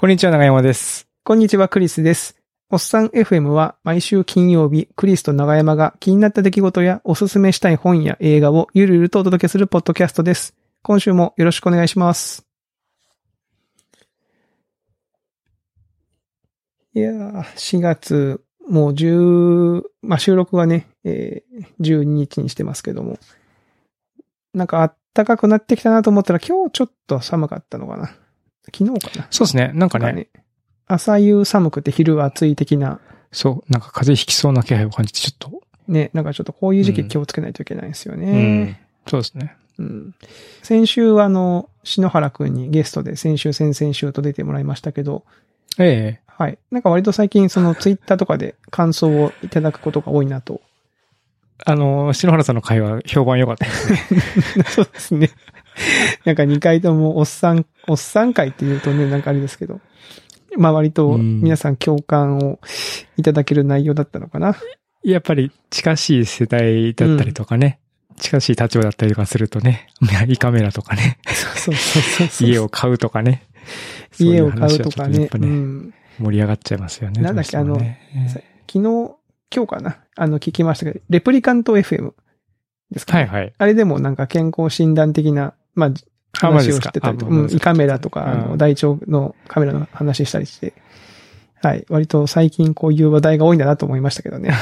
こんにちは、長山です。 こんにちは、クリスです。おっさん FM は毎週金曜日、クリスと長山が気になった出来事やおすすめしたい本や映画をゆるゆるとお届けするポッドキャストです。今週もよろしくお願いします。いやー、4月、もう収録はね、12日にしてますけども、なんか暖かくなってきたなと思ったら今日ちょっと寒かったのかな。昨日かな。 そうですね。なんかね。 朝夕寒くて昼は暑い的な。 そう。なんか風邪ひきそうな気配を感じてちょっと。 ね、なんかちょっとこういう時期気をつけないといけないんですよね。 うん。そうですね。 うん。先週は篠原くんにゲストで先週、先々週と出てもらいましたけど。 ええ。 はい。なんか割と最近ツイッターとかで感想をいただくことが多いなと。 篠原さんの会話評判良かったですね。 そうですね。なんか2回ともおっさん会って言うとね、なんかあれですけど。まあ割と皆さん共感をいただける内容だったのかな。 やっぱり近しい世代だったりとかね。近しい立場だったりとかするとね。胃カメラとかね。 そう。 家を買うとかね。 家を買うとかね。 盛り上がっちゃいますよね。 なんだっけ、今日かな。聞きましたけど、レプリカント FM ですかね。はいはい。あれでもなんか健康診断的な、まあ、話をしてたりとか、胃カメラとか、大腸のカメラの話したりして、はい。割と最近こういう話題が多いんだなと思いましたけどね。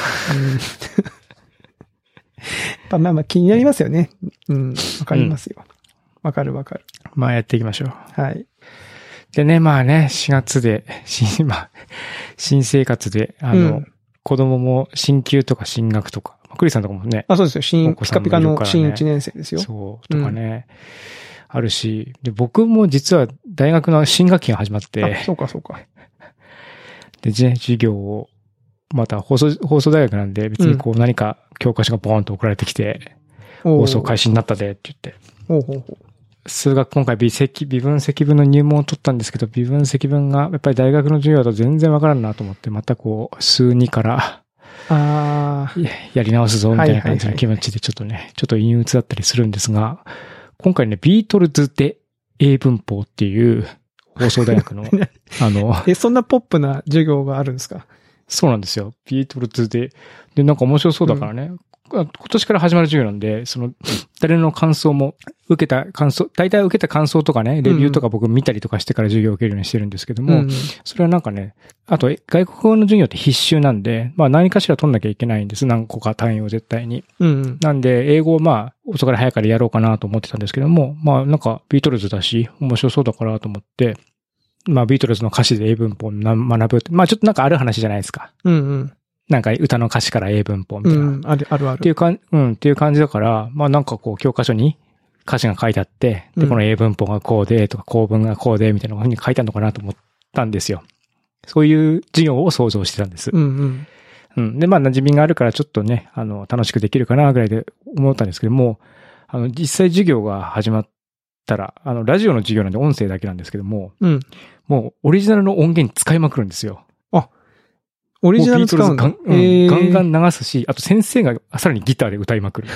まあ気になりますよね。わかりますよ。わかる。 まあやっていきましょう。 はい。 でね、まあね、4月で、新生活で、子供も進級とか進学とか、クリさんとかもね。 そうですよ。ピカピカの新1年生ですよ。 そう、とかね。あるし、で、僕も実は大学の新学期が始まって。 そうか。 で、授業を、また放送大学なんで別にこう何か教科書がボーンと送られてきて、放送開始になったでって言って。数学今回微分積分の入門を取ったんですけど、微分積分がやっぱり大学の授業だと全然わからんなと思って、またこう、数2から、やり直すぞみたいな感じの気持ちでちょっと陰鬱だったりするんですが、今回ね、ビートルズで英文法っていう放送大学の、 そんなポップな授業があるんですか？ そうなんですよ。ビートルズで、なんか面白そうだからね。今年から始まる授業なんで、誰の感想も、大体受けた感想とかね、レビューとか僕見たりとかしてから授業を受けるようにしてるんですけども、それはなんかね、あと外国語の授業って必修なんで、まあ何かしら取んなきゃいけないんです。何個か単位を絶対に。なんで、英語をまあ、遅から早からやろうかなと思ってたんですけども、まあなんかビートルズだし、面白そうだからと思って、まあビートルズの歌詞で英文法を学ぶって、まあちょっとなんかある話じゃないですか。なんか歌の歌詞から英文法みたいな。 ある。 っていう感じだから、まあなんかこう教科書に歌詞が書いてあって、で、この英文法がこうで、とか構文がこうで、みたいな風に書いてあるのかなと思ったんですよ。そういう授業を想像してたんです。で、まあ馴染みがあるからちょっとね、楽しくできるかなぐらいで思ったんですけども、実際授業が始まったら、ラジオの授業なんで音声だけなんですけども、もうオリジナルの音源使いまくるんですよ。 オリジナル使うんだ。 ガンガン流すし、あと先生がさらにギターで歌いまくる。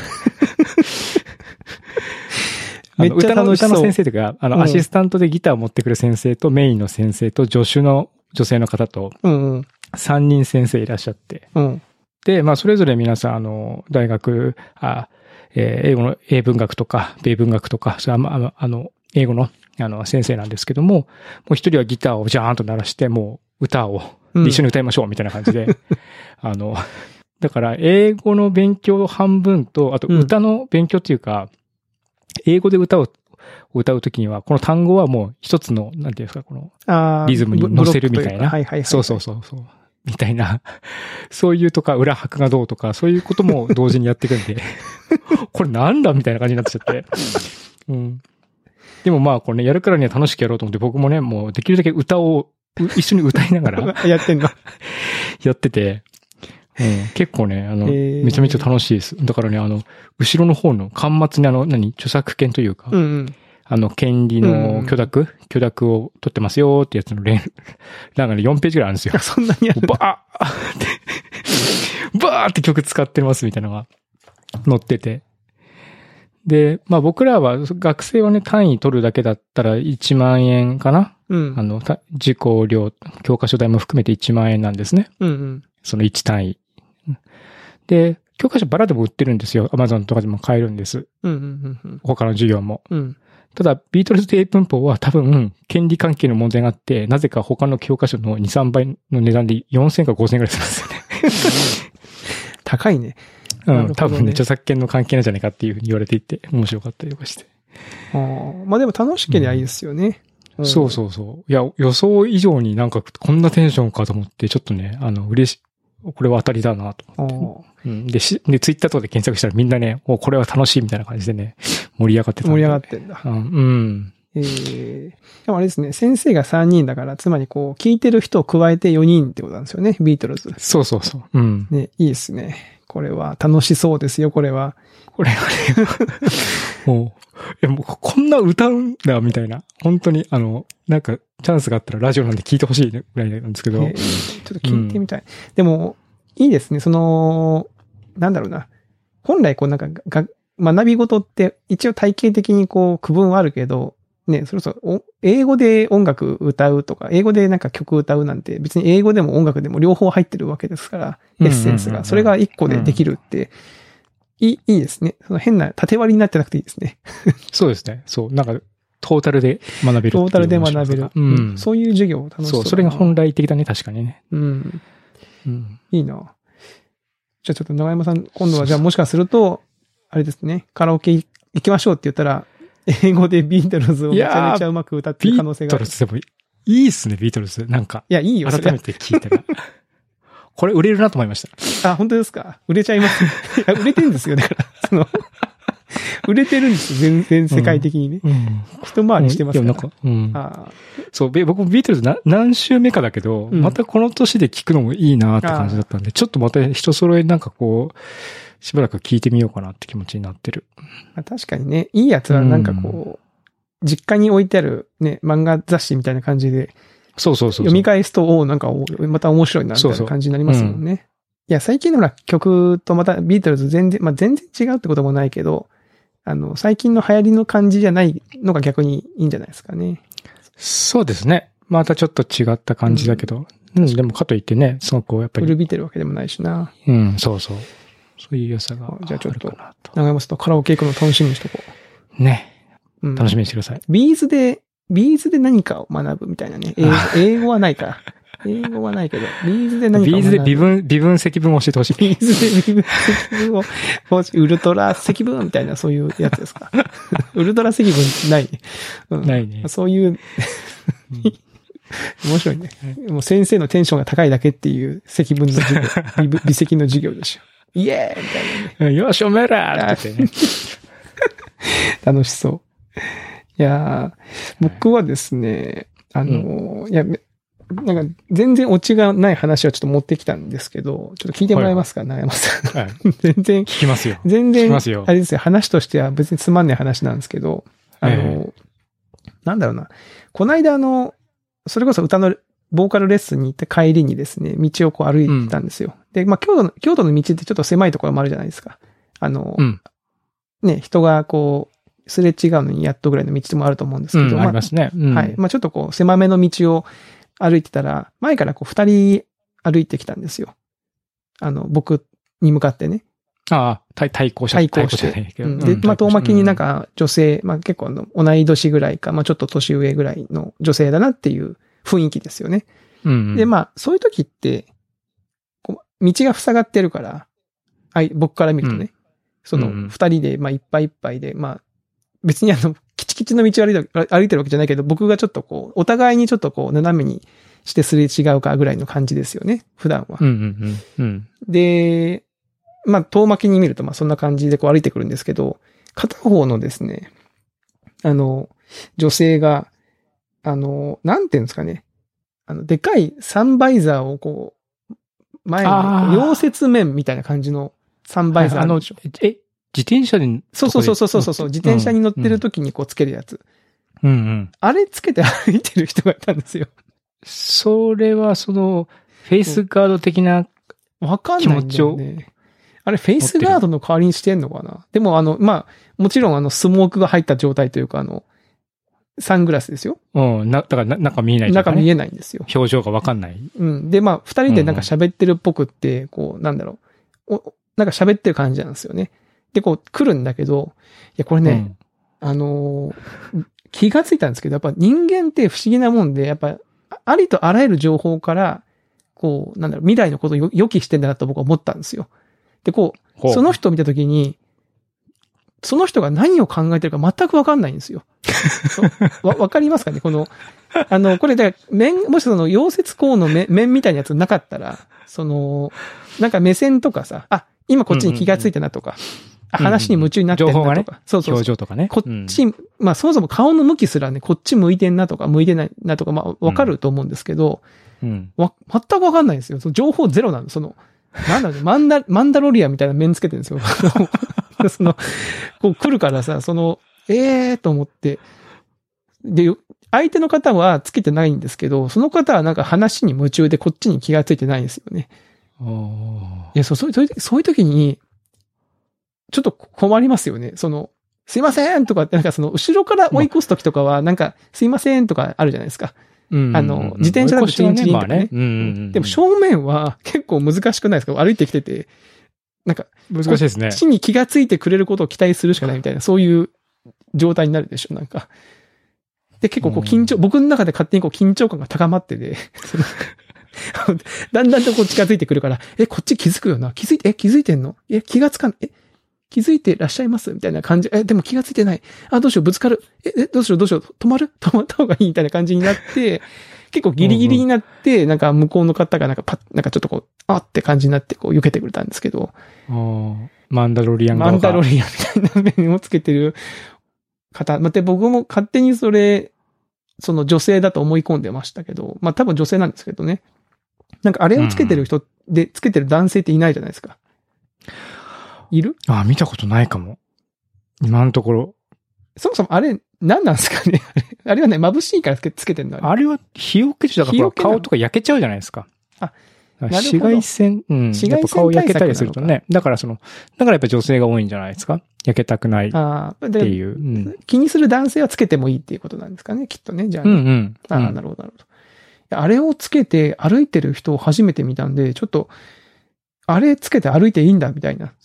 めっちゃ楽しそう。 歌の先生というか、アシスタントでギターを持ってくる先生とメインの先生と助手の女性の方と、3人先生いらっしゃって。で、まあ、それぞれ皆さん、大学、英語の英文学とか、米文学とか、英語の、先生なんですけども、もう一人はギターをジャーンと鳴らして、もう歌を、一緒に歌いましょうみたいな感じで。だから、英語の勉強半分と、あと歌の勉強っていうか、英語で歌を歌うときには、この単語はもう一つの、なんていうんですか、この、リズムに乗せるみたいな。そう。みたいな。そういうとか、裏拍がどうとか、そういうことも同時にやっていくんで、これなんだみたいな感じになってちゃって。でもまあ、これね、やるからには楽しくやろうと思って、僕もね、もうできるだけ歌を、一緒に歌いながらやってんのやってて、結構ね、めちゃめちゃ楽しいです。だからね、後ろの方の端末に著作権というか、権利の許諾を取ってますよってやつの欄がね、4ページぐらいあるんですよ。 そんなにあるバーって曲使ってますみたいなのが載ってて。で、まあ僕らは、学生はね、単位取るだけだったら1万円かなうん。 受講料、教科書代も含めて1万円なんですね。 うんうん。 その1単位。で、教科書バラでも売ってるんですよ。Amazon とかでも買えるんです。他の授業も。 うん。 ただ、ビートルズと英文法は多分、権利関係の問題があって、なぜか他の教科書の2、3倍の値段で4000か5000ぐらいするんですよね。 高いね。 うん、多分ね、著作権の関係なんじゃないかっていうふうに言われていて、面白かったりとかして。 まあでも楽しければいいですよね。 そうそうそう。いや、予想以上になんかこんなテンションかと思って、ちょっとね、嬉しい。これは当たりだなと思って。で、ツイッターとかで検索したらみんなね、これは楽しいみたいな感じでね、盛り上がってた。 盛り上がってんだ。でもあれですね、先生が3人だから、つまりこう、聞いてる人を加えて4人ってことなんですよね、ビートルズ。 そうそうそう。 ね、いいですね。これは楽しそうですよ、これは。 これはね、もうこんな歌うんだ、みたいな。本当に、なんか、チャンスがあったらラジオなんで聞いてほしいぐらいなんですけど。ちょっと聞いてみたい。でも、いいですね、なんだろうな。本来こうなんか、学び事って一応体系的にこう区分はあるけど、ね、それこそ、英語で音楽歌うとか、英語でなんか曲歌うなんて、別に英語でも音楽でも両方入ってるわけですから、エッセンスが。それが1個でできるって、いいですね。その変な縦割りになってなくていいですね。 そうですね。そう。なんか、トータルで学べる。 トータルで学べる。そういう授業楽しそう。 そう、それが本来的だね、確かにね。 いいな。じゃあちょっと長山さん、今度はじゃあもしかすると、あれですね、カラオケ行きましょうって言ったら、英語でビートルズをめちゃめちゃうまく歌ってる可能性がある。 ビートルズでもいいっすね、ビートルズ。なんか。 いや、いいよ、 改めて聞いたら。これ売れるなと思いました。あ、本当ですか？売れちゃいます。いや、売れてるんですよ。だから、売れてるんですよ。全世界的にね。一回りしてますから。 そう、僕もビートルズ何週目かだけど、またこの年で聞くのもいいなって感じだったんで、ちょっとまた人揃えなんかこう、しばらく聞いてみようかなって気持ちになってる。 確かにね、いいやつはなんかこう、実家に置いてあるね、漫画雑誌みたいな感じで、 そう。 読み返すと、なんかまた面白いな、みたいな感じになりますもんね。いや、最近のほら、曲とまたビートルズ全然違うってこともないけど、最近の流行りの感じじゃないのが逆にいいんじゃないですかね。 そうですね。またちょっと違った感じだけど。でもかといってね、すごくやっぱり。 古びてるわけでもないしな。 そう。そういう良さがあるかなと。 じゃあちょっと、長山さんとカラオケ行くの楽しみにしとこう。ね。楽しみにしてください。 ビーズで何かを学ぶみたいなね。英語はないから。英語はないけど、ビーズで何かを学ぶ。 ビーズで微分積分を教えてほしい。 ビーズで微分積分を、ウルトラ積分みたいなそういうやつですか。ウルトラ積分ない。 ないね。 そういう、面白いね。もう先生のテンションが高いだけっていう積分の授業、微積の授業でしょ。イエーイみたいなね。 よし、おめえらってね。 楽しそう。いや僕はですね、いや、なんか全然オチがない話はちょっと持ってきたんですけど、ちょっと聞いてもらえますか、長山さん。全然。 聞きますよ。 全然、 聞きますよ。 あれですよ、話としては別につまんない話なんですけど、なんだろうな。この間それこそ歌のボーカルレッスンに行って帰りにですね、道をこう歩いてたんですよ。で、まあ、京都の道ってちょっと狭いところもあるじゃないですか。ね、人がこう、すれ違うのにやっとぐらいの道もあると思うんですけど。 ありますね。 はい。まあ、ちょっとこう、狭めの道を歩いてたら、前からこう、二人歩いてきたんですよ。僕に向かってね。 対向車。 対向して。で、まあ、遠巻きになんか女性、まあ、結構同い年ぐらいか、まあ、ちょっと年上ぐらいの女性だなっていう雰囲気ですよね。で、まあ、そういう時って、こう道が塞がってるから、僕から見るとね、その二人で、まあ、いっぱいいっぱいで、まあ、別にキチキチの道を歩いてるわけじゃないけど、僕がちょっとこう、お互いにちょっとこう、斜めにしてすれ違うかぐらいの感じですよね、普段は。で、まあ、遠巻きに見ると、まあ、そんな感じでこう歩いてくるんですけど、片方のですね、女性が、なんていうんですかね、でかいサンバイザーをこう、前に、溶接面みたいな感じのサンバイザー。 自転車に。 そう。自転車に乗ってる時にこうつけるやつ。あれつけて歩いてる人がいたんですよ。 それはフェイスガード的な気持ちを。 あれ、フェイスガードの代わりにしてんのかな。でもまあ、もちろんスモークが入った状態というかサングラスですよ。 うん。だから中見えない、ね。 中見えないんですよ。 表情がわかんない。 うん。で、まあ、二人でなんか喋ってるっぽくって、こう、なんだろう。なんか喋ってる感じなんですよね。で、こう、来るんだけど、いや、これね、気がついたんですけど、やっぱ人間って不思議なもんで、やっぱ、ありとあらゆる情報から、こう、なんだろう、未来のことを予期してんだなと僕は思ったんですよ。で、こう、その人を見たときに、その人が何を考えてるか全くわかんないんですよ。わかりますかねこの、これで、もしその溶接工の面みたいなやつなかったら、なんか目線とかさ、あ、今こっちに気がついたなとか、話に夢中になってんなとか、情報がね、 そう。表情とかね。 こっち、まあそもそも顔の向きすらね、こっち向いてんなとか、向いてないなとか、まあわかると思うんですけど、全くわかんないんですよ。情報ゼロなの。なんだろう、マンダロリアンみたいな面つけてるんですよ。こう来るからさ、と思って。で、相手の方はつけてないんですけど、その方はなんか話に夢中でこっちに気がついてないんですよね。いや、そういう時に、ちょっと困りますよね。すいませんとかって、なんか後ろから追い越す時とかは、なんか、すいませんとかあるじゃないですか。自転車だとチンチリンとかね。でも正面は結構難しくないですか？歩いてきてて。なんか、 難しいですね。 こっちに気がついてくれることを期待するしかないみたいな、そういう状態になるでしょ、なんか。で、結構こう僕の中で勝手にこう緊張感が高まってて、だんだんとこう近づいてくるから、こっち気づくよな。気づいてんの？気がつかん、気づいてらっしゃいますみたいな感じ。でも気がついてない。どうしよう、ぶつかる。どうしよう、止まった方がいいみたいな感じになって、結構ギリギリになって、なんか向こうの方がなんかなんかちょっとこう、って感じになってこう避けてくれたんですけど。 マンダロリアンみたいな面をつけてる方。で、僕も勝手にその女性だと思い込んでましたけど、まあ多分女性なんですけどね。なんかあれをつけてる人で、つけてる男性っていないじゃないですか。いる？ 見たことないかも。今のところ。 そもそもあれ、何なんですかねあれはね、眩しいからつけてんのあれは日よけだから顔とか焼けちゃうじゃないですか。紫外線、やっぱ顔焼けたりするとね。だからやっぱ女性が多いんじゃないですか。焼けたくないっていう。 気にする男性はつけてもいいっていうことなんですかね、きっとね。じゃあね。なるほど、なるほど。あれをつけて歩いてる人を初めて見たんで、ちょっと、あれつけて歩いていいんだ、みたいな、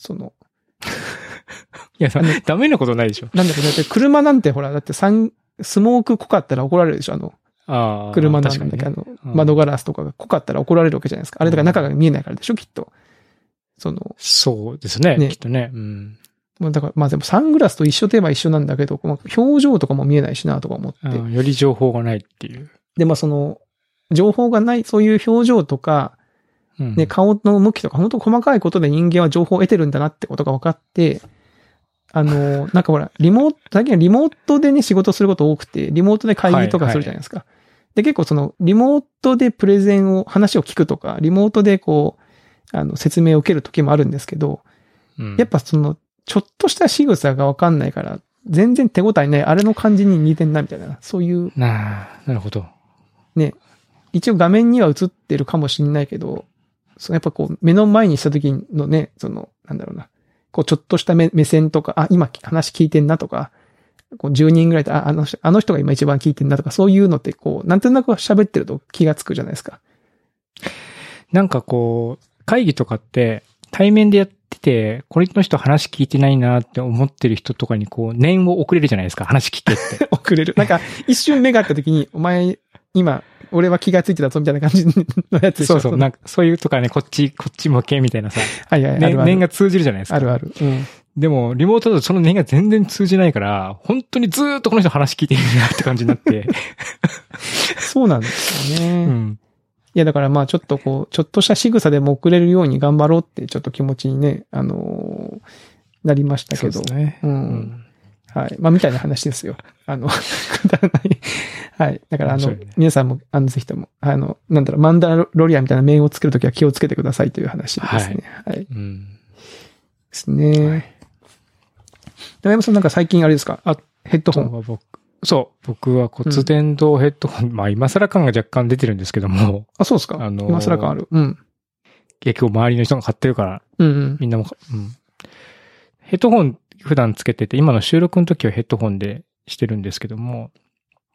いや、ダメなことないでしょ。 なんだけど、だって車なんてほら、だってスモーク濃かったら怒られるでしょ、車なんだけど、窓ガラスとかが濃かったら怒られるわけじゃないですか。あれだから中が見えないからでしょ、きっと。 そうですね、きっとね。 だから、まあでもサングラスと一緒といえば一緒なんだけど、表情とかも見えないしなとか思って。 より情報がないっていう。 で、まあ情報がない、そういう表情とか、ね、顔の向きとか、本当細かいことで人間は情報を得てるんだなってことが分かって、なんかほら、最近はリモートでね、仕事すること多くて、リモートで会議とかするじゃないですか。で、結構リモートでプレゼン話を聞くとか、リモートでこう、説明を受ける時もあるんですけど、やっぱちょっとした仕草がわかんないから、全然手応えない、あれの感じに似てんな、みたいな、そういう。 なるほど。 ね。一応画面には映ってるかもしれないけど、やっぱこう、目の前にした時のね、なんだろうな。こう、ちょっとした目線とか、今話聞いてんなとか、こう10人ぐらいで、あの人が今一番聞いてんなとか、そういうのってこう、なんとなく喋ってると気がつくじゃないですか。 なんかこう、会議とかって対面でやってて、これの人話聞いてないなって思ってる人とかにこう、念を送れるじゃないですか、話聞けって。 送れる。なんか、一瞬目があった時に、お前、今、俺は気がついてたぞみたいな感じのやつでしょ。 そう、なんか、そういうとかね、こっち向けみたいなさ。 はい、 念が通じるじゃないですか。 あるある。 でも、リモートだとその念が全然通じないから、本当にずーっとこの人話聞いてるなって感じになって。 そうなんですよね。いや、だからまあちょっとこう、ちょっとした仕草でも送れるように頑張ろうってちょっと気持ちにね、なりましたけど。 そうですね。 はい。まあみたいな話ですよ。くだらない。はい。だから皆さんも、ぜひとも、なんだろう、マンダロリアンみたいな面を作るときは気をつけてくださいという話ですね。はい。ですね。でも山さんなんか最近あれですか？ヘッドホン。 僕は骨伝導ヘッドホン、まあ今更感が若干出てるんですけども。 そうですか。今更感ある。 結構周りの人が買ってるから、みんなも、ヘッドホン普段つけてて、今の収録の時はヘッドホンでしてるんですけども、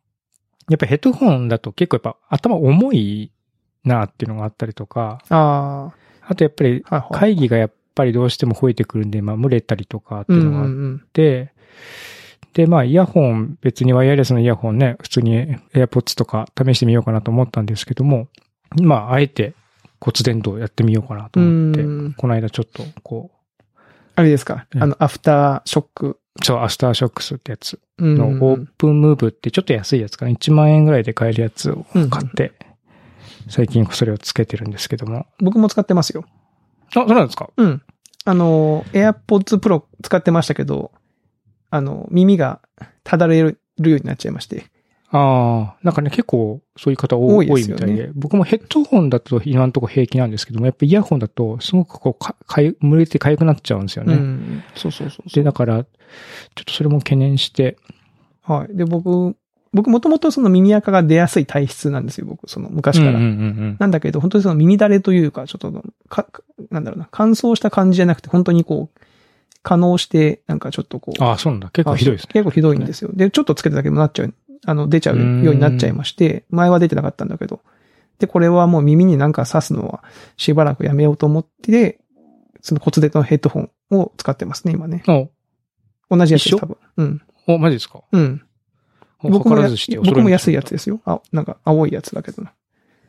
やっぱヘッドホンだと結構やっぱ頭重いなっていうのがあったりとか、あとやっぱり会議がやっぱりどうしても増えてくるんで、まあ蒸れたりとかっていうのがあって、で、まあイヤホン、別にワイヤレスのイヤホンね、普通に AirPods とか試してみようかなと思ったんですけども、まああえて骨伝導やってみようかなと思って、この間ちょっとこう。 あれですか、アフターショック。 そう、アフターショックスってやつのオープンムーブってちょっと安いやつかな。1万円ぐらいで買えるやつを買って、最近それをつけてるんですけども。 僕も使ってますよ。 あ、そうなんですか？ うん。AirPods Pro 使ってましたけど、耳がただれるようになっちゃいまして。 ああ、なんかね、結構そういう方多いみたいで、僕もヘッドホンだと今のところ平気なんですけども、やっぱイヤホンだとすごくこう、蒸れて痒くなっちゃうんですよね。 そうそうそう。 で、だから、ちょっとそれも懸念して。 はい。で、僕もともとその耳垢が出やすい体質なんですよ、僕、その昔から。なんだけど、本当にその耳だれというか、ちょっと、なんだろうな、乾燥した感じじゃなくて、本当にこう、可能して、なんかちょっとこう。 ああ、そうなんだ。結構ひどいですね。 結構ひどいんですよ。で、ちょっとつけただけでもなっちゃう。出ちゃうようになっちゃいまして、前は出てなかったんだけど。で、これはもう耳になんか刺すのはしばらくやめようと思って、その骨伝導のヘッドホンを使ってますね、今ね。同じやつです、多分。うん。 お、マジですか？ うん。僕も安いやつですよ。なんか青いやつだけどな。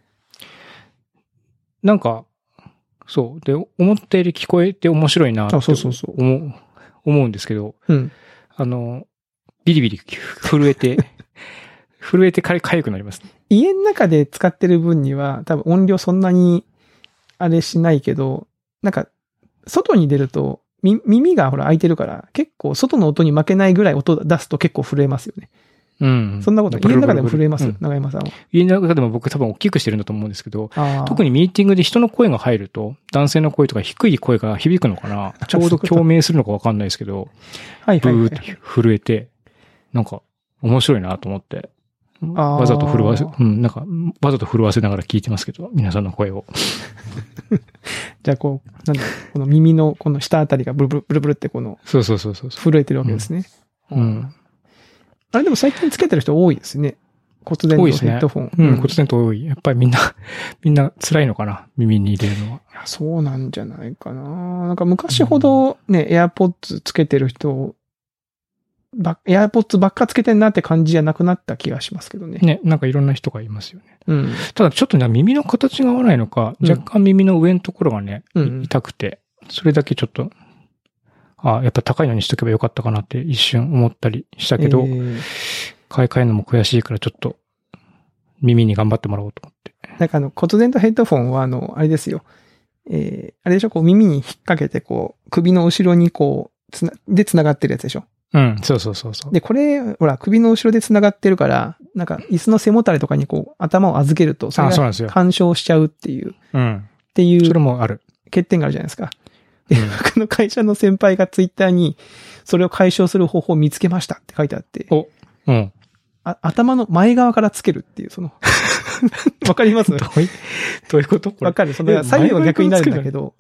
なんか、そう。で、思ったより聞こえて面白いなって思うんですけど、ビリビリ震えて痒くなりますね。 家の中で使ってる分には多分音量そんなにあれしないけど、なんか外に出ると耳がほら開いてるから結構外の音に負けないぐらい音出すと結構震えますよね。うん。そんなこと家の中でも震えます、長山さんは。 家の中でも僕多分大きくしてるんだと思うんですけど、特にミーティングで人の声が入ると、男性の声とか低い声が響くのかなちょうど共鳴するのかわかんないですけど、ブーって震えて、なんか面白いなと思って、わざと震わせながら聞いてますけど、皆さんの声を。 じゃあこの耳のこの下あたりがブルブルブルって震えてるわけですね。あれでも最近つけてる人多いですね。骨伝導ヘッドフォン。 骨伝導多い。やっぱりみんな辛いのかな、耳に入れるのは。いや、そうなんじゃないかな。なんか昔ほどね、AirPods つけてる人、AirPods ばっかつけてんなって感じじゃなくなった気がしますけどね。 ね、なんかいろんな人がいますよね。ただちょっとね、耳の形が合わないのか、若干耳の上のところがね、痛くて、それだけちょっと、やっぱ高いのにしとけばよかったかなって一瞬思ったりしたけど、買い替えるのも悔しいからちょっと耳に頑張ってもらおうと思って。 なんか骨伝導ヘッドフォンはあれですよ。あれでしょ、こう耳に引っ掛けてこう、首の後ろにこう、繋がってるやつでしょ。 うん、そう。 で、これ、ほら、首の後ろで繋がってるから、なんか椅子の背もたれとかにこう、頭を預けると、それが干渉しちゃうっていう。っていう。 それもある。 欠点があるじゃないですか。で、僕の会社の先輩がツイッターに、それを解消する方法を見つけましたって書いてあって。頭の前側からつけるっていう、わかります？ どういうことわかる。左右は逆になるんだけど、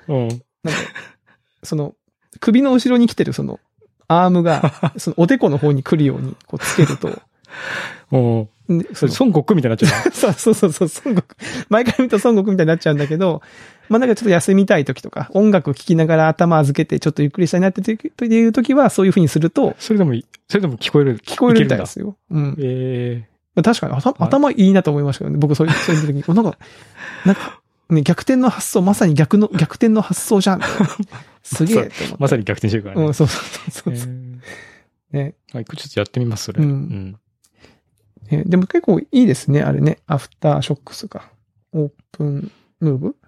首の後ろに来てるアームが、おでこの方に来るように、こうつけると。 孫悟空みたいになっちゃう。 そう、孫悟空。前から見ると孫悟空みたいになっちゃうんだけど、まあ、なんかちょっと休みたい時とか、音楽聴きながら頭預けてちょっとゆっくりしたいなっていう時は、そういう風にすると。 それでも聞こえる。 聞こえるみたいですよ。確かに頭いいなと思いましたよね。僕そういう時に。なんか、ね、逆転の発想、まさに逆転の発想じゃん。すげえと思って。 まさに逆転してるからね。 そう。ね。 ちょっとやってみます、それ。 でも結構いいですね、あれね。アフターショックスか。オープンムーブ？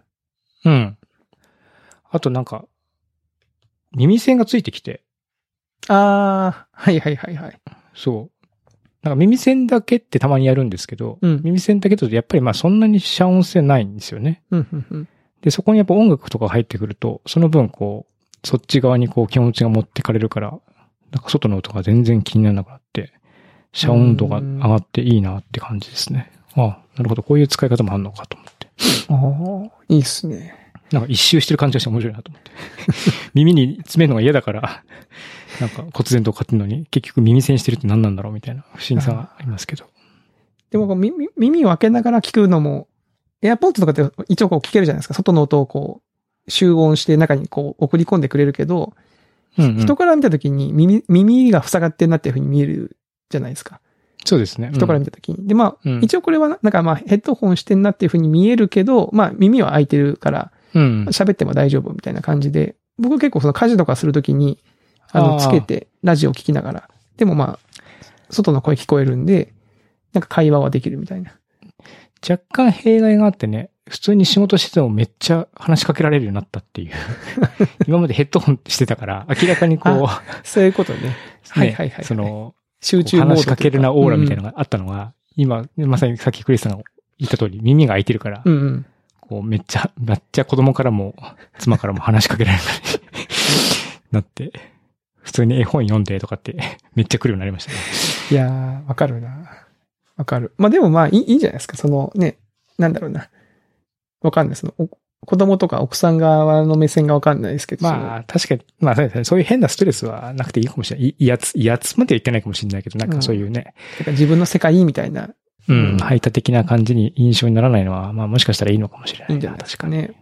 あとなんか、耳栓がついてきて。 はい。 そう。なんか耳栓だけってたまにやるんですけど、耳栓だけだとやっぱりまあそんなに遮音性ないんですよね。で、そこにやっぱ音楽とか入ってくると、その分こう、そっち側にこう気持ちが持ってかれるから、なんか外の音が全然気にならなくなって、遮音度が上がっていいなって感じですね。なるほど。こういう使い方もあるのかと思って。 いいっすね。 なんか一周してる感じがして面白いなと思って。耳に詰めるのが嫌だから、なんか骨伝導を買ってるのに、結局耳栓してるって何なんだろうみたいな不思議さがありますけど。 でも耳を開けながら聞くのも、エアポッドとかって一応こう聞けるじゃないですか。外の音をこう、集音して中にこう送り込んでくれるけど、人から見たときに耳が塞がってんなっていう風に見えるじゃないですか。 そうですね。 人から見たときに。で、まあ、一応これはなんかまあヘッドホンしてんなっていう風に見えるけど、まあ耳は開いてるから、喋っても大丈夫みたいな感じで、僕結構その家事とかするときに、つけてラジオ聞きながら、でもまあ、外の声聞こえるんで、なんか会話はできるみたいな。 若干弊害があってね、普通に仕事しててもめっちゃ話しかけられるようになったっていう。今までヘッドホンしてたから、明らかにこう。 そういうことね。はいはいはい。 その、 集中モード。 話しかけるなオーラみたいなのがあったのが、今、まさにさっきクリスさんが言った通り、耳が開いてるから、こうめっちゃ子供からも妻からも話しかけられるようになって、普通に絵本読んでとかってめっちゃ来るようになりましたね。 いやー、わかるな。わかる。まあでもまあいいんじゃないですか。そのね、なんだろうな。わかんない。その、子供とか奥さん側の目線がわかんないですけど。 まあ確かに、まあそういう変なストレスはなくていいかもしれない。威圧までは言ってないかもしれないけど、なんかそういうね。 だから自分の世界みたいな。 排他的な感じに印象にならないのは、まあもしかしたらいいのかもしれない。 いいんじゃないですかね。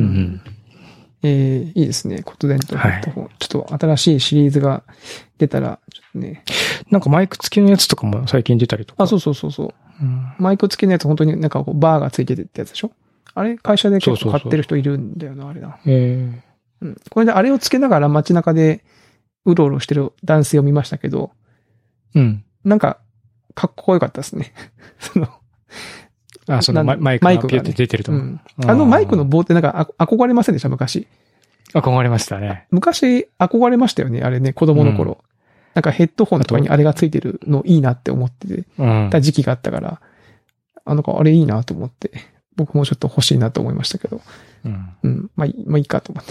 いいですね。コットデントヘッドホン。ちょっと新しいシリーズが出たら、ちょっとね。 なんかマイク付きのやつとかも最近出たりとか。 そう。マイク付きのやつ本当になんかこうバーが付いててってやつでしょ？あれ会社で結構買ってる人いるんだよな、あれな。これであれをつけながら街中でうろうろしてる男性を見ましたけど、なんか、かっこよかったですね。 そのマイクがピュって出てると。 マイクの棒ってなんか憧れませんでした昔。 憧れましたね。 昔憧れましたよね、あれね、子供の頃。なんかヘッドホンとかにあれがついてるのいいなって思ってた時期があったから、なんかあれいいなと思って、僕もちょっと欲しいなと思いましたけど。まあいいかと思って。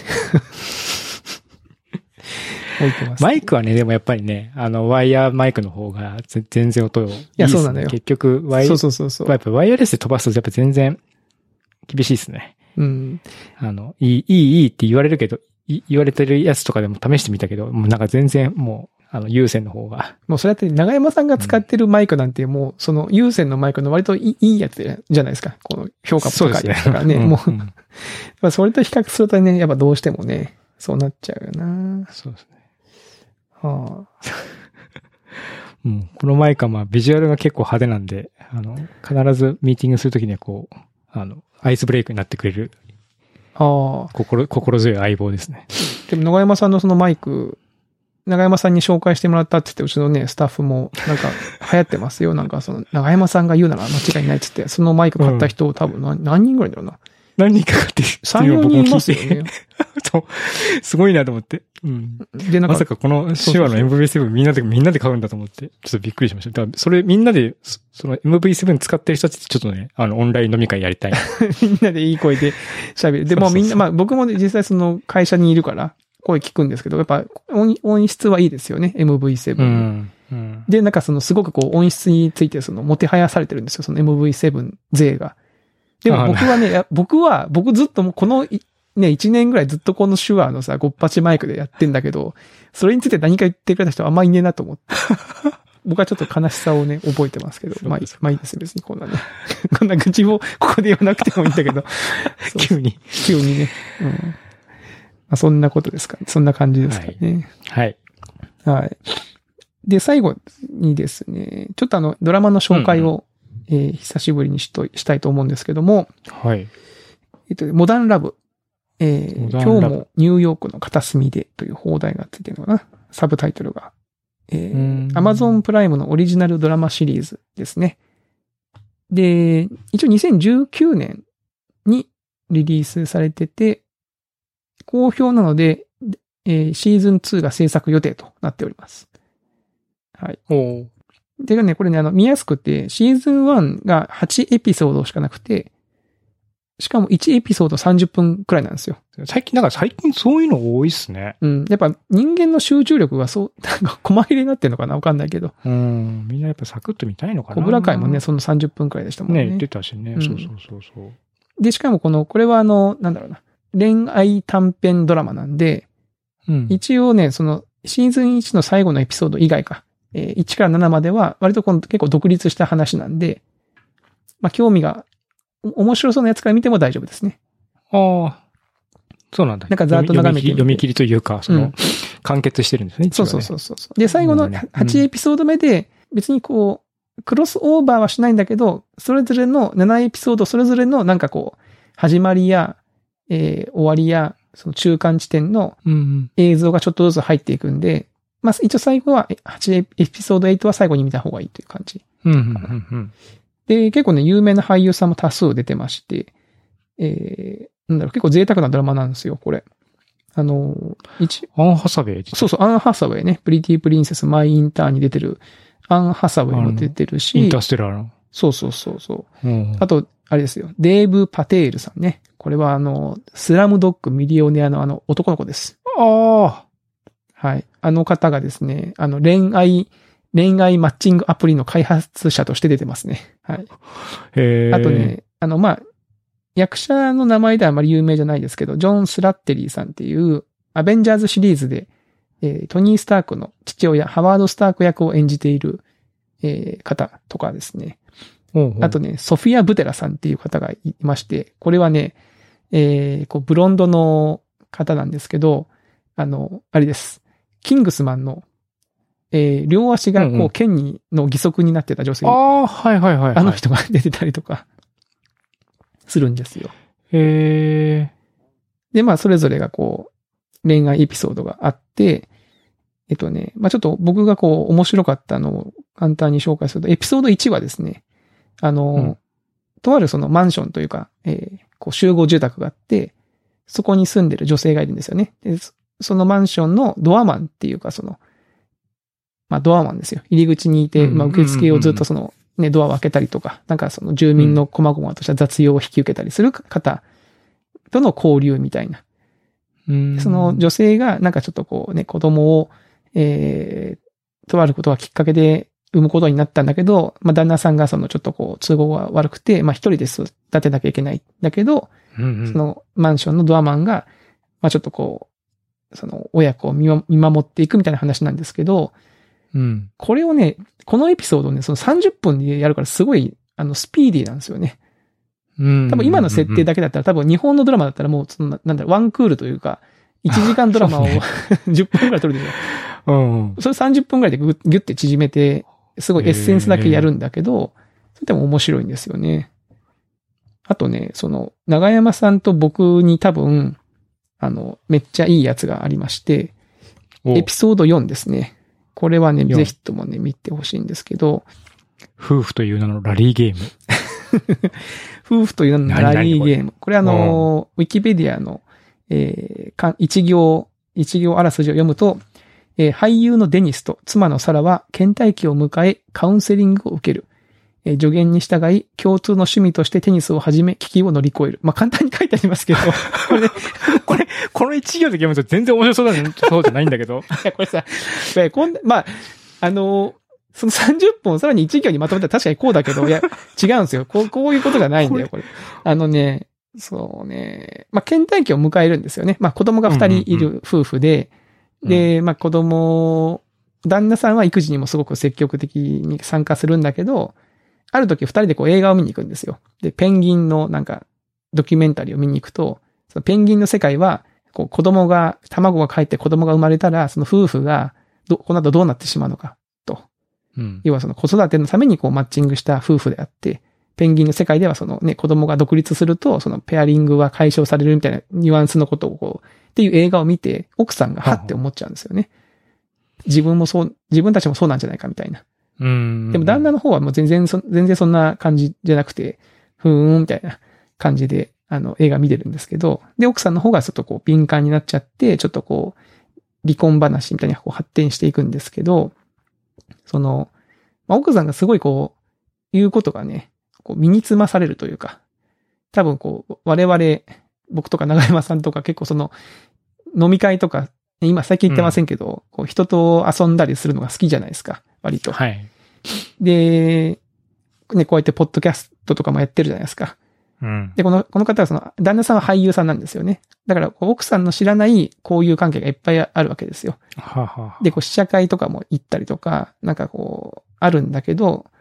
置いてます。 マイクはね、でもやっぱりね、ワイヤーマイクの方が全然音いいですね。いや、 そうなのよ。 結局、やっぱワイヤレスで飛ばすとやっぱ全然厳しいですね。いいって言われるけど、言われてるやつとかでも試してみたけど、もうなんか全然もう、有線の方が。 もうそれだって長山さんが使ってるマイクなんてもう、その有線のマイクの割といいやつじゃないですか。この評価も高いやつだからね。もう、それと比較するとね、やっぱどうしてもね、そうなっちゃうよな。 そうですね。もうこのマイクはまあビジュアルが結構派手なんで、必ずミーティングするときにはこう、アイスブレイクになってくれる。心強い相棒ですね。 でも長山さんのそのマイク、長山さんに紹介してもらったって言って、うちのね、スタッフも、なんか、流行ってますよ。なんか、長山さんが言うなら間違いないって言って、そのマイク買った人、多分何人ぐらいだろうな。 何人か買ってる。 3、4人いますよね。 そう。すごいなと思って。で、なんか。まさかこの手話の MV7 みんなで買うんだと思って、ちょっとびっくりしました。だからそれみんなで、その MV7 使ってる人たちってちょっとね、オンライン飲み会やりたい。 みんなでいい声で喋る。で、もみんな、まあ僕も実際その会社にいるから、声聞くんですけど、やっぱ音質はいいですよね、MV7。で、なんかすごくこう音質についてもてはやされてるんですよ、その MV7 勢が。でも僕はね、僕ずっともうこのね、1年ぐらいずっとこの手話のさ、ごっぱちマイクでやってんだけど、それについて何か言ってくれた人はあんまいねえなと思って。僕はちょっと悲しさをね、覚えてますけど、まあいいです、別にこんなね。こんな愚痴をここで言わなくてもいいんだけど。 急にね。まあ、そんなことですかね。そんな感じですかね。 はい。 で、最後にですね、ちょっとドラマの紹介を、久しぶりにしたいと思うんですけども。 はい。 モダンラブ。今日もニューヨークの片隅でという放題がついてるのかな。サブタイトルが。Amazon プライムのオリジナルドラマシリーズですね。で、一応2019年にリリースされてて、好評なので、シーズン2が制作予定となっております。はい。でね、これね、見やすくて、シーズン1が8エピソードしかなくて、しかも1エピソード30分くらいなんですよ。 最近そういうの多いっすね。 やっぱ人間の集中力がなんか細切れになってんのかなわかんないけど。 みんなやっぱサクッと見たいのかな。 コブラ会もね、その30分くらいでしたもんね。 ね、出たしね。そう。 で、しかもこれはなんだろうな。恋愛短編ドラマなんで、一応ね、シーズン1の最後のエピソード以外か。1から7までは、割と結構独立した話なんで、 まあ、興味が、面白そうなやつから見ても大丈夫ですね。 ああ。そうなんだ。 なんかざーっと眺めて読み切りというか、完結してるんですね。 そう。で、最後の8エピソード目で、別にこう、クロスオーバーはしないんだけど、それぞれの7エピソード、それぞれのなんかこう、始まりや、終わりや、その中間地点の映像がちょっとずつ入っていくんで、まあ一応最後は8エピソード8は最後に見た方がいいという感じ。で、結構ね、有名な俳優さんも多数出てまして、なんだろう、結構贅沢なドラマなんですよ、これ。 アン・ハサウェイそう、アン・ハサウェイね。プリティ・プリンセス・マイ・インターに出てる、アン・ハサウェイも出てるし。 インターステラーの。 そう。あと、あれですよ。デーブ・パテールさんね。これはスラムドッグ・ミリオネアの男の子です。 ああ。 はい。あの方がですね、恋愛マッチングアプリの開発者として出てますね。はい。あとね、まあ、役者の名前ではあまり有名じゃないですけど、ジョン・スラッテリーさんっていう、アベンジャーズシリーズで、トニー・スタークの父親、ハワード・スターク役を演じている、方とかですね。あとね、ソフィア・ブテラさんっていう方がいまして、これはね、こうブロンドの方なんですけど、あれです。キングスマンの、両足がこう、剣の義足になってた女性。 ああ、はい。 あの人が出てたりとか。するんですよ。 で、 まあ、それぞれがこう、恋愛エピソードがあって、まあ、ちょっと僕がこう、面白かったのを簡単に紹介すると、エピソード1はですね、とあるそのマンションというか、こう集合住宅があって、そこに住んでる女性がいるんですよね。で、そのマンションのドアマンっていうか、まあ、ドアマンですよ。入り口にいて、まあ、受付をずっとね、ドアを開けたりとか、なんかその住民の細々とした雑用を引き受けたりする方との交流みたいな。その女性がなんかちょっとこうね、子供を、とあることがきっかけで産むことになったんだけど、まあ旦那さんがそのちょっとこう都合が悪くて、まあ一人で育てなきゃいけないんだけど、そのマンションのドアマンが、まあちょっとこう、その親子を見守っていくみたいな話なんですけど、これをね、このエピソードをね、その30分でやるからすごい、スピーディーなんですよね。多分今の設定だけだったら、多分日本のドラマだったらもう、なんだろう、ワンクールというか、1時間ドラマを10分くらい撮るでしょ。それ30分くらいでギュッて縮めて、すごいエッセンスだけやるんだけど、それでも面白いんですよね。あとね、長山さんと僕に多分、めっちゃいいやつがありまして、エピソード4ですね。これはね、ぜひともね、見てほしいんですけど。 夫婦という名のラリーゲーム。 夫婦という名のラリーゲーム。これウィキペディアの、一行あらすじを読むと、俳優のデニスと妻のサラは倦怠期を迎え、カウンセリングを受ける。助言に従い、共通の趣味としてテニスを始め、危機を乗り越える。まあ、簡単に書いてありますけど、 この一行で読むと全然面白そうじゃないんだけど。 いや、これさ、まあ、その30分をさらに1行にまとめたら確かにこうだけど、いや、違うんですよ。こういうことがないんだよ、これ。そうね、まあ、倦怠期を迎えるんですよね。まあ、子供が2人いる夫婦で、で、まあ、旦那さんは育児にもすごく積極的に参加するんだけど、ある時2人でこう映画を見に行くんですよ。で、ペンギンのなんか、ドキュメンタリーを見に行くと、そのペンギンの世界は、こう卵が帰って子供が生まれたら、その夫婦が、この後どうなってしまうのか、と。要はその子育てのためにこうマッチングした夫婦であって、ペンギンの世界ではそのね、子供が独立すると、そのペアリングは解消されるみたいなニュアンスのことをこう、っていう映画を見て、奥さんがはって思っちゃうんですよね。自分たちもそうなんじゃないかみたいな。でも旦那の方はもう全然そんな感じじゃなくて、みたいな感じで、映画見てるんですけど、で、奥さんの方がちょっとこう敏感になっちゃって、ちょっとこう、離婚話みたいにこう発展していくんですけど、まあ、奥さんがすごいこう、言うことがね、こう身につまされるというか、多分こう、我々、僕とか長山さんとか結構飲み会とか、今最近言ってませんけど、こう人と遊んだりするのが好きじゃないですか、割と。 はい。 で、ね、こうやってポッドキャストとかもやってるじゃないですか。で、この方は旦那さんは俳優さんなんですよね。だから、奥さんの知らない交友関係がいっぱいあるわけですよ。で、試写会とかも行ったりとか、なんかこう、あるんだけど、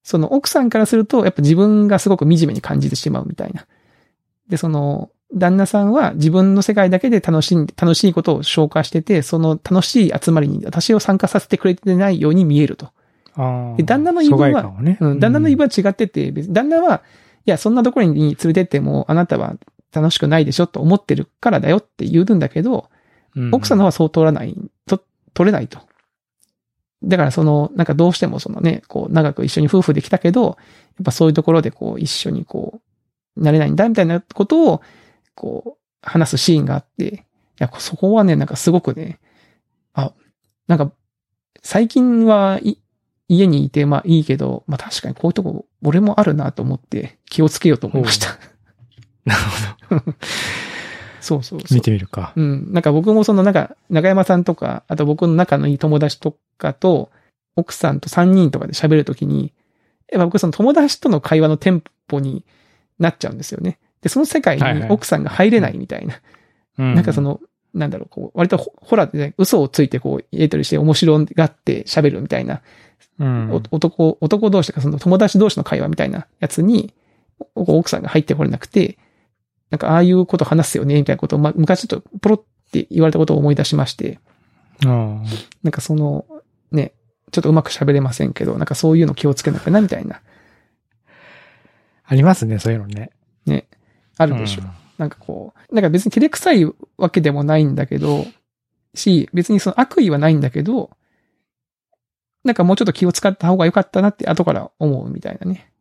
その奥さんからすると、やっぱ自分がすごく惨めに感じてしまうみたいな。で、その、旦那さんは自分の世界だけで楽しいことを消化してて、その楽しい集まりに私を参加させてくれてないように見えると。で、旦那の言い分は、旦那の言い分は違ってて、旦那は、いや、そんなところに連れてっても、あなたは楽しくないでしょと思ってるからだよって言うんだけど、奥さんの方はそう取れないと。だからなんかどうしてもこう、長く一緒に夫婦できたけど、やっぱそういうところでこう、一緒にこう、なれないんだみたいなことを、こう、話すシーンがあって、いや、そこはね、なんかすごくね、なんか、最近は家にいて、まあいいけど、まあ確かにこういうとこ、俺もあるなと思って気をつけようと思いました。 なるほど。 そう。 見てみるか。 なんか僕もなんか、中山さんとか、あと僕の仲のいい友達とかと、奥さんと3人とかで喋るときに、やっぱ僕友達との会話のテンポになっちゃうんですよね。で、その世界に奥さんが入れないみたいな。なんかなんだろう、こう、割とホラーでね、嘘をついてこう、やりとりして面白がって喋るみたいな。男同士とか友達同士の会話みたいなやつに、奥さんが入ってこれなくて、なんかああいうこと話すよね、みたいなことを、昔ちょっとポロって言われたことを思い出しまして。なんかね、ちょっとうまく喋れませんけど、なんかそういうの気をつけなきゃな、みたいな。 ありますね、そういうのね。 ね。あるでしょ。なんかこう、なんか別に照れくさいわけでもないんだけど、別に悪意はないんだけど、なんかもうちょっと気を使った方が良かったなって後から思うみたいなね。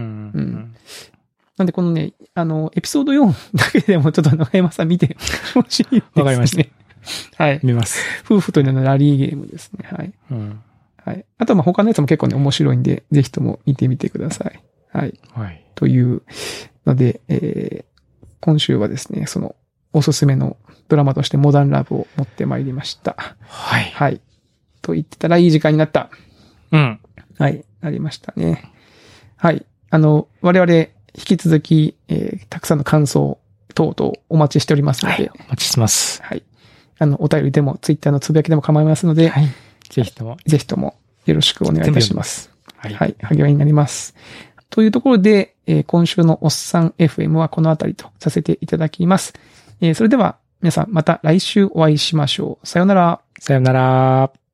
なんでこのね、エピソード4だけでもちょっと中山さん見てほしいですね。 わかりました。はい。見ます。 夫婦というのはラリーゲームですね。はい。はい。あとは他のやつも結構ね、面白いんで、ぜひとも見てみてください。はい。はい。というので、今週はですね、おすすめのドラマとしてモダンラブを持ってまいりました。はい。はい。と言ってたらいい時間になった。はい。なりましたね。はい。我々、引き続き、たくさんの感想等々お待ちしておりますので。はい。 お待ちしてます。 はい。お便りでも、ツイッターのつぶやきでも構いますので。はい。 ぜひともよろしくお願いいたします。はい。はい。励みになります。というところで、今週のおっさん FM はこのあたりとさせていただきます。それでは皆さんまた来週お会いしましょう。さよなら。 さよなら。